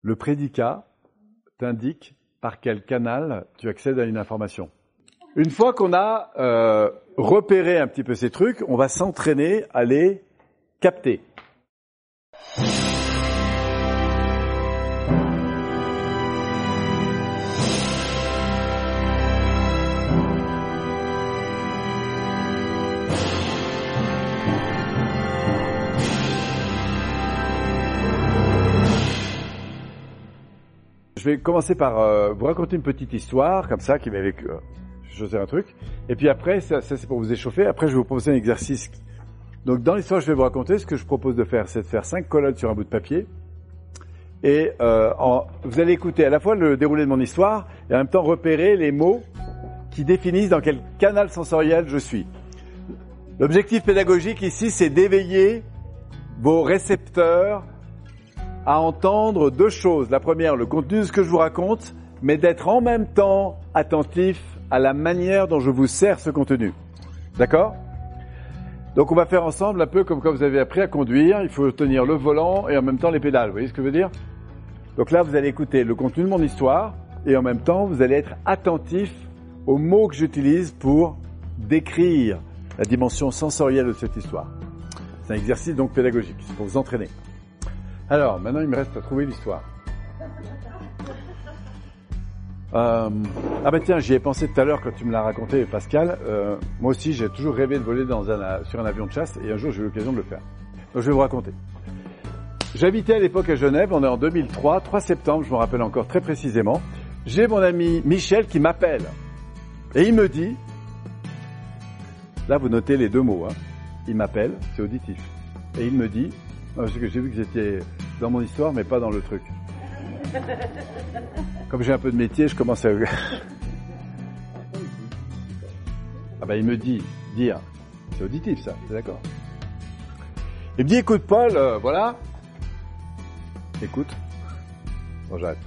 Le prédicat t'indique par quel canal tu accèdes à une information. Une fois qu'on a repéré un petit peu ces trucs, on va s'entraîner à les capter. Je vais commencer par vous raconter une petite histoire, comme ça, qui m'avait choisi un truc. Et puis après, ça c'est pour vous échauffer. Après, je vais vous proposer un exercice. Donc, dans l'histoire que je vais vous raconter, ce que je propose de faire, c'est de faire 5 colonnes sur un bout de papier. Et vous allez écouter à la fois le déroulé de mon histoire et en même temps repérer les mots qui définissent dans quel canal sensoriel je suis. L'objectif pédagogique ici, c'est d'éveiller vos récepteurs à entendre deux choses. La première, le contenu de ce que je vous raconte, mais d'être en même temps attentif à la manière dont je vous sers ce contenu. D'accord ? Donc on va faire ensemble un peu comme quand vous avez appris à conduire, il faut tenir le volant et en même temps les pédales, vous voyez ce que je veux dire ? Donc là, vous allez écouter le contenu de mon histoire et en même temps, vous allez être attentif aux mots que j'utilise pour décrire la dimension sensorielle de cette histoire. C'est un exercice donc pédagogique, c'est pour vous entraîner. Alors, maintenant, il me reste à trouver l'histoire. Ah bah tiens, j'y ai pensé tout à l'heure quand tu me l'as raconté, Pascal. Moi aussi, j'ai toujours rêvé de voler sur un avion de chasse et un jour, j'ai eu l'occasion de le faire. Donc, je vais vous raconter. J'habitais à l'époque à Genève, on est en 2003, 3 septembre, je me rappelle encore très précisément. J'ai mon ami Michel qui m'appelle et il me dit, là vous notez les deux mots, hein. Il m'appelle, c'est auditif, et il me dit, parce que j'ai vu que j'étais dans mon histoire, mais pas dans le truc. Comme j'ai un peu de métier, je commence à... Ah bah il me dit, dire, c'est auditif ça, c'est d'accord. Il me dit, écoute Paul, voilà. Écoute. Bon, j'arrête.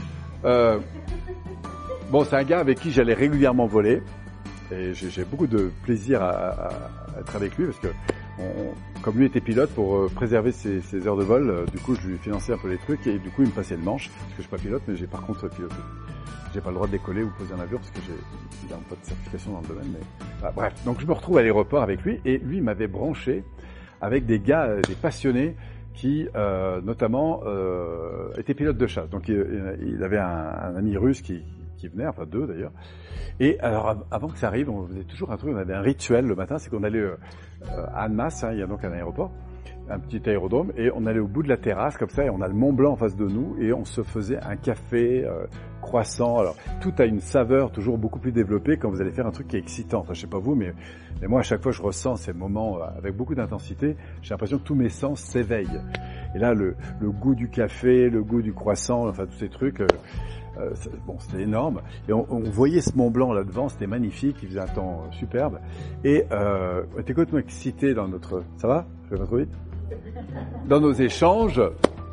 Bon, c'est un gars avec qui j'allais régulièrement voler, et j'ai beaucoup de plaisir à être avec lui, parce que comme lui était pilote, pour préserver ses heures de vol, du coup je lui finançais un peu les trucs et du coup il me passait le manche, parce que je suis pas pilote, mais j'ai par contre piloté. J'ai pas le droit de décoller ou poser un avion parce que j'ai pas de certification dans le domaine, mais bref. Donc je me retrouve à l'aéroport avec lui et lui m'avait branché avec des gars, des passionnés qui notamment étaient pilotes de chasse. Donc il avait un ami russe qui venait, enfin deux d'ailleurs. Et alors, avant que ça arrive, on faisait toujours un truc, on avait un rituel le matin, c'est qu'on allait à Annemasse, hein, il y a donc un aéroport, un petit aérodrome, et on allait au bout de la terrasse, comme ça, et on a le Mont Blanc en face de nous, et on se faisait un café, croissant. Alors, tout a une saveur toujours beaucoup plus développée quand vous allez faire un truc qui est excitant. Enfin, je sais pas vous, mais moi, à chaque fois, je ressens ces moments avec beaucoup d'intensité. J'ai l'impression que tous mes sens s'éveillent. Et là, le goût du café, le goût du croissant, enfin, tous ces trucs... bon, c'était énorme. Et on voyait ce Mont Blanc là devant, c'était magnifique, il faisait un temps superbe. Et on était complètement excités dans notre... Ça va ? Je vais pas trop vite ? Dans nos échanges.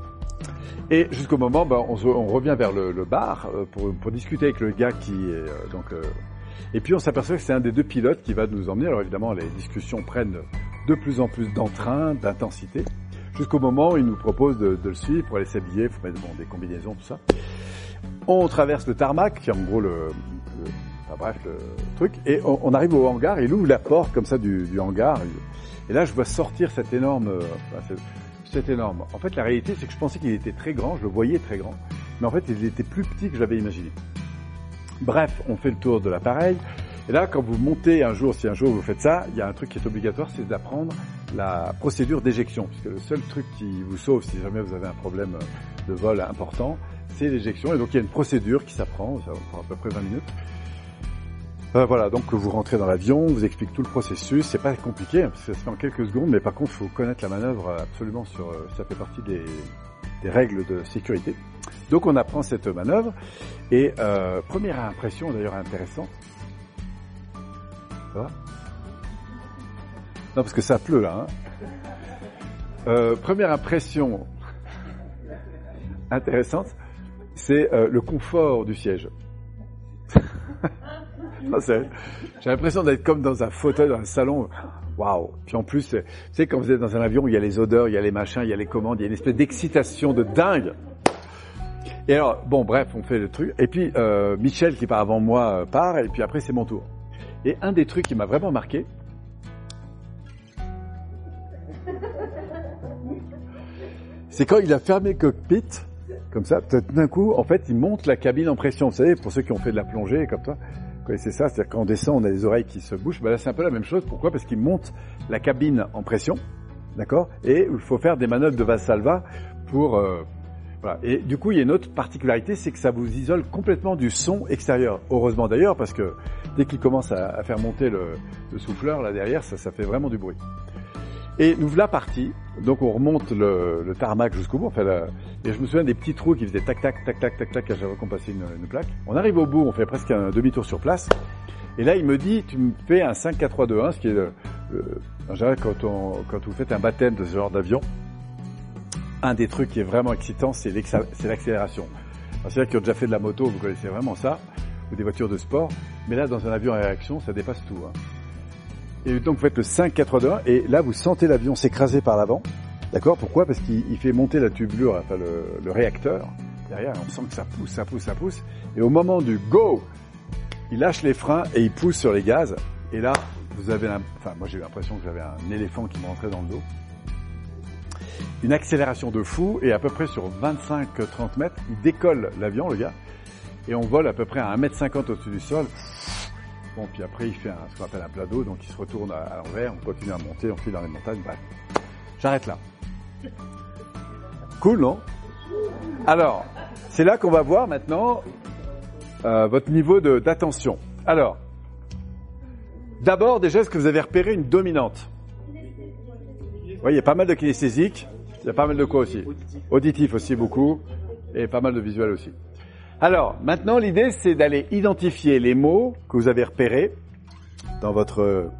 Et jusqu'au moment, on revient vers le bar pour discuter avec le gars qui est... et puis on s'aperçoit que c'est un des deux pilotes qui va nous emmener. Alors évidemment, les discussions prennent de plus en plus d'entrain, d'intensité. Jusqu'au moment où il nous propose de le suivre pour aller s'habiller, il faut mettre des combinaisons, tout ça. On traverse le tarmac, qui est en gros le truc, et on arrive au hangar, et il ouvre la porte comme ça du hangar, et là je vois sortir cet énorme. En fait, la réalité, c'est que je pensais qu'il était très grand, je le voyais très grand, mais en fait, il était plus petit que je l'avais imaginé. Bref, on fait le tour de l'appareil, et là, quand vous montez si un jour vous faites ça, il y a un truc qui est obligatoire, c'est d'apprendre la procédure d'éjection, puisque le seul truc qui vous sauve si jamais vous avez un problème de vol important, c'est l'éjection, et donc il y a une procédure qui s'apprend, ça prend à peu près 20 minutes. Voilà, donc vous rentrez dans l'avion, on vous explique tout le processus, c'est pas compliqué, parce que ça se fait en quelques secondes, mais par contre, il faut connaître la manœuvre absolument ça fait partie des règles de sécurité. Donc on apprend cette manœuvre, et première impression d'ailleurs intéressante. Ça va ? Non, parce que ça pleut là, hein. Première impression intéressante, c'est le confort du siège. J'ai l'impression d'être comme dans un fauteuil, dans un salon. Waouh! Puis en plus, tu sais, quand vous êtes dans un avion, il y a les odeurs, il y a les machins, il y a les commandes, il y a une espèce d'excitation de dingue. Et alors, bon, bref, on fait le truc. Et puis, Michel, qui part avant moi, part. Et puis après, c'est mon tour. Et un des trucs qui m'a vraiment marqué, c'est quand il a fermé le cockpit, comme ça, tout d'un coup, en fait, il monte la cabine en pression. Vous savez, pour ceux qui ont fait de la plongée, comme ça, vous connaissez ça, c'est-à-dire quand on descend, on a les oreilles qui se bougent. Ben là, c'est un peu la même chose. Pourquoi? Parce qu'il monte la cabine en pression, d'accord? Et il faut faire des manœuvres de Valsalva pour... voilà. Et du coup, il y a une autre particularité, c'est que ça vous isole complètement du son extérieur. Heureusement d'ailleurs, parce que dès qu'il commence à faire monter le souffleur, là derrière, ça fait vraiment du bruit. Et nous voilà partis. Donc on remonte le tarmac jusqu'au bout. Enfin, et je me souviens des petits trous qui faisaient tac, tac, tac, tac, tac, tac, à chaque fois qu'on passait une plaque. On arrive au bout, on fait presque un demi-tour sur place. Et là, il me dit, tu me fais un 5-4-3-2-1, ce qui est en général quand vous faites un baptême de ce genre d'avion. Un des trucs qui est vraiment excitant, c'est l'accélération. C'est-à-dire qu'ils ont déjà fait de la moto, vous connaissez vraiment ça, ou des voitures de sport. Mais là, dans un avion à réaction, ça dépasse tout. Hein. Et donc, vous faites le 5-4-2-1, et là, vous sentez l'avion s'écraser par l'avant. D'accord? Pourquoi? Parce qu'il fait monter la tubulure, enfin le réacteur. Derrière, on sent que ça pousse, ça pousse, ça pousse. Et au moment du go, il lâche les freins et il pousse sur les gaz. Et là, vous avez moi j'ai eu l'impression que j'avais un éléphant qui me rentrait dans le dos. Une accélération de fou, et à peu près sur 25-30 mètres, il décolle l'avion, le gars, et on vole à peu près à 1,50 m au-dessus du sol. Bon, puis après, il fait ce qu'on appelle un plat d'eau, donc il se retourne à l'envers, on continue à monter, on file dans les montagnes, bref. J'arrête là. Cool, non? Alors, c'est là qu'on va voir maintenant votre niveau d'attention. Alors, d'abord, déjà, est-ce que vous avez repéré une dominante? Oui, il y a pas mal de kinesthésiques. Il y a pas mal de quoi aussi? Auditif aussi beaucoup. Et pas mal de visuel aussi. Alors, maintenant, l'idée, c'est d'aller identifier les mots que vous avez repérés dans votre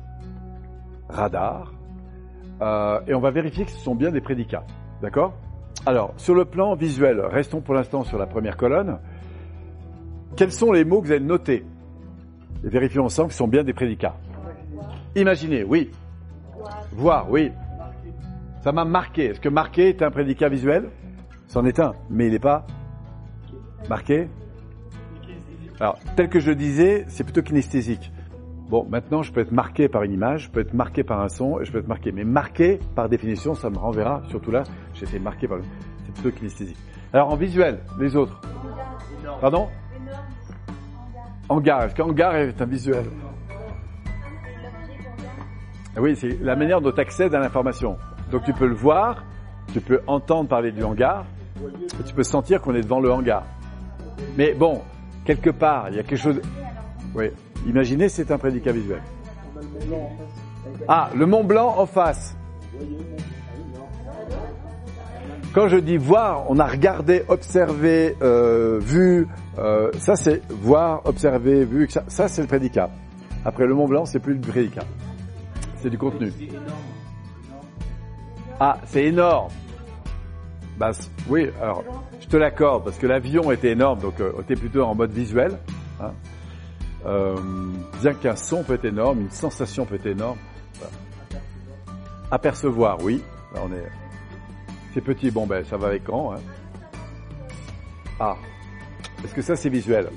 radar. Et on va vérifier que ce sont bien des prédicats. D'accord? Alors, sur le plan visuel, restons pour l'instant sur la première colonne. Quels sont les mots que vous avez notés? Et vérifions ensemble que ce sont bien des prédicats. Imaginez, oui. Voir, oui. Ça m'a marqué. Est-ce que marqué est un prédicat visuel? C'en est un, mais il n'est pas marqué. Alors, tel que je disais, c'est plutôt kinesthésique. Bon, maintenant, je peux être marqué par une image, je peux être marqué par un son, et je peux être marqué. Mais marqué, par définition, ça me renverra, surtout là, j'ai été marqué par c'est plutôt kinesthésique. Alors, en visuel, les autres. Pardon? Hangar. Est-ce qu'hangar est un visuel? Oui, c'est la manière dont tu accèdes à l'information. Donc tu peux le voir, tu peux entendre parler du hangar, et tu peux sentir qu'on est devant le hangar. Mais bon, quelque part, il y a quelque chose... Oui, imaginez, c'est un prédicat visuel. Ah, le Mont Blanc en face. Quand je dis voir, on a regardé, observé, vu, ça c'est voir, observer, vu, ça c'est le prédicat. Après le Mont Blanc, c'est plus le prédicat. C'est du contenu. Ah, c'est énorme. Bah, oui, alors, je te l'accorde, parce que l'avion était énorme, donc t'es plutôt en mode visuel. Hein. Bien qu'un son peut être énorme, une sensation peut être énorme. Voilà. Apercevoir, oui. Là, c'est petit, bon ben ça va avec grand. Hein. Ah, est-ce que ça c'est visuel?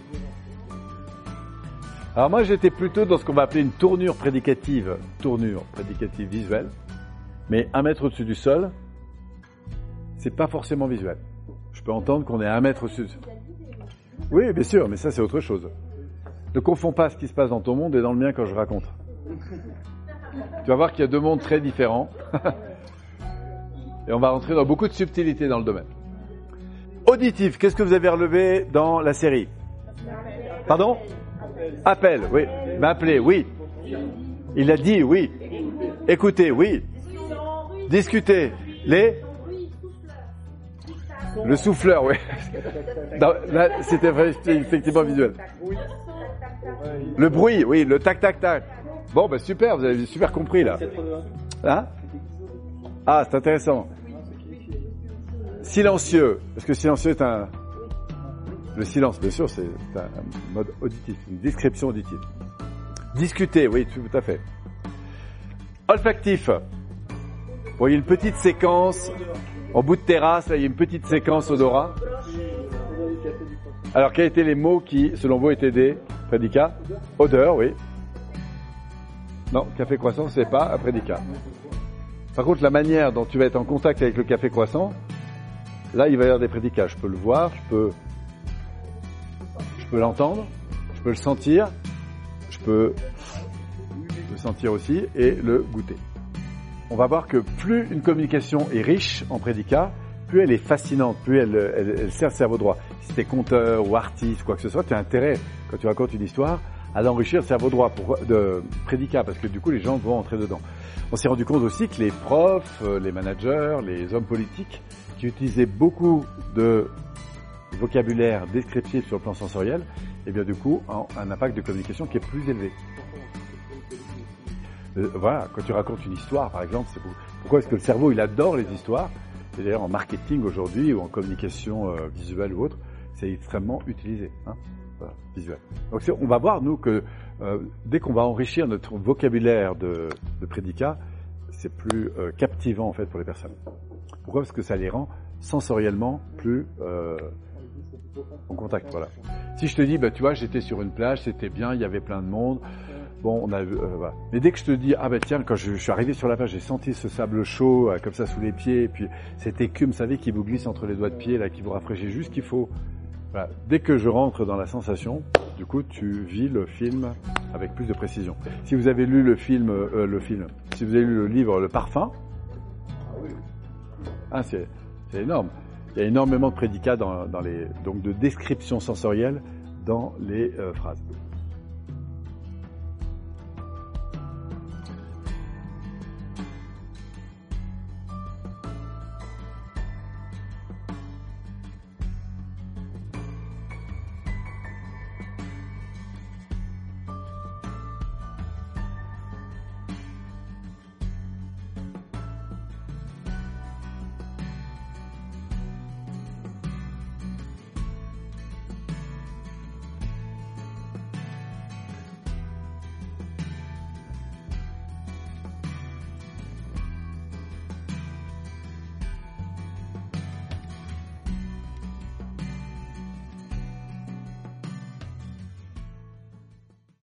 Alors moi j'étais plutôt dans ce qu'on va appeler une tournure prédicative visuelle. Mais 1 mètre au-dessus du sol, c'est pas forcément visuel. Je peux entendre qu'on est à 1 mètre au-dessus. Oui, bien sûr, mais ça c'est autre chose. Ne confonds pas ce qui se passe dans ton monde et dans le mien quand je raconte. Tu vas voir qu'il y a 2 mondes très différents. Et on va rentrer dans beaucoup de subtilité dans le domaine. Auditif, qu'est-ce que vous avez relevé dans la série? Pardon? Appel, oui. M'appeler, oui. Il a dit, oui. Écouter, oui. Discuter, le souffleur, oui. Non, là, c'était effectivement visuel. Le bruit, oui, le tac tac tac. Bon, ben super, vous avez super compris là. Hein? Ah, c'est intéressant. Silencieux. Est-ce que silencieux est un... Le silence, bien sûr, c'est un mode auditif, une description auditive. Discuter, oui, tout à fait. Olfactif. Bon, il y a une petite séquence, en bout de terrasse, là, il y a une petite séquence odorat. Alors, quels étaient les mots qui, selon vous, étaient des prédicats? Odeur, oui. Non, café croissant, c'est pas un prédicat. Par contre, la manière dont tu vas être en contact avec le café croissant, là, il va y avoir des prédicats. Je peux le voir, je peux l'entendre, je peux le sentir, je peux le sentir aussi et le goûter. On va voir que plus une communication est riche en prédicats, plus elle est fascinante, plus elle sert le cerveau droit. Si tu es conteur ou artiste, quoi que ce soit, tu as intérêt, quand tu racontes une histoire, à l'enrichir le cerveau droit de prédicats, parce que du coup, les gens vont entrer dedans. On s'est rendu compte aussi que les profs, les managers, les hommes politiques, qui utilisaient beaucoup de vocabulaire descriptif sur le plan sensoriel, et bien du coup, ont un impact de communication qui est plus élevé. Voilà, quand tu racontes une histoire, par exemple, pourquoi est-ce que le cerveau, il adore les histoires? Et d'ailleurs, en marketing aujourd'hui, ou en communication visuelle ou autre, c'est extrêmement utilisé, hein, voilà, visuel. Donc on va voir, nous, que dès qu'on va enrichir notre vocabulaire de prédicats, c'est plus captivant, en fait, pour les personnes. Pourquoi? Parce que ça les rend sensoriellement plus en contact, voilà. Si je te dis, bah, tu vois, j'étais sur une plage, c'était bien, il y avait plein de monde, bon, on a voilà. Mais dès que je te dis, ah ben tiens, quand je suis arrivé sur la plage, j'ai senti ce sable chaud, comme ça sous les pieds, et puis cette écume, vous savez, qui vous glisse entre les doigts de pied, là, qui vous rafraîchit juste ce qu'il faut. Voilà. Dès que je rentre dans la sensation, du coup, tu vis le film avec plus de précision. Si vous avez lu si vous avez lu le livre Le Parfum, ah, c'est énorme. Il y a énormément de prédicats donc de description sensorielle dans les phrases.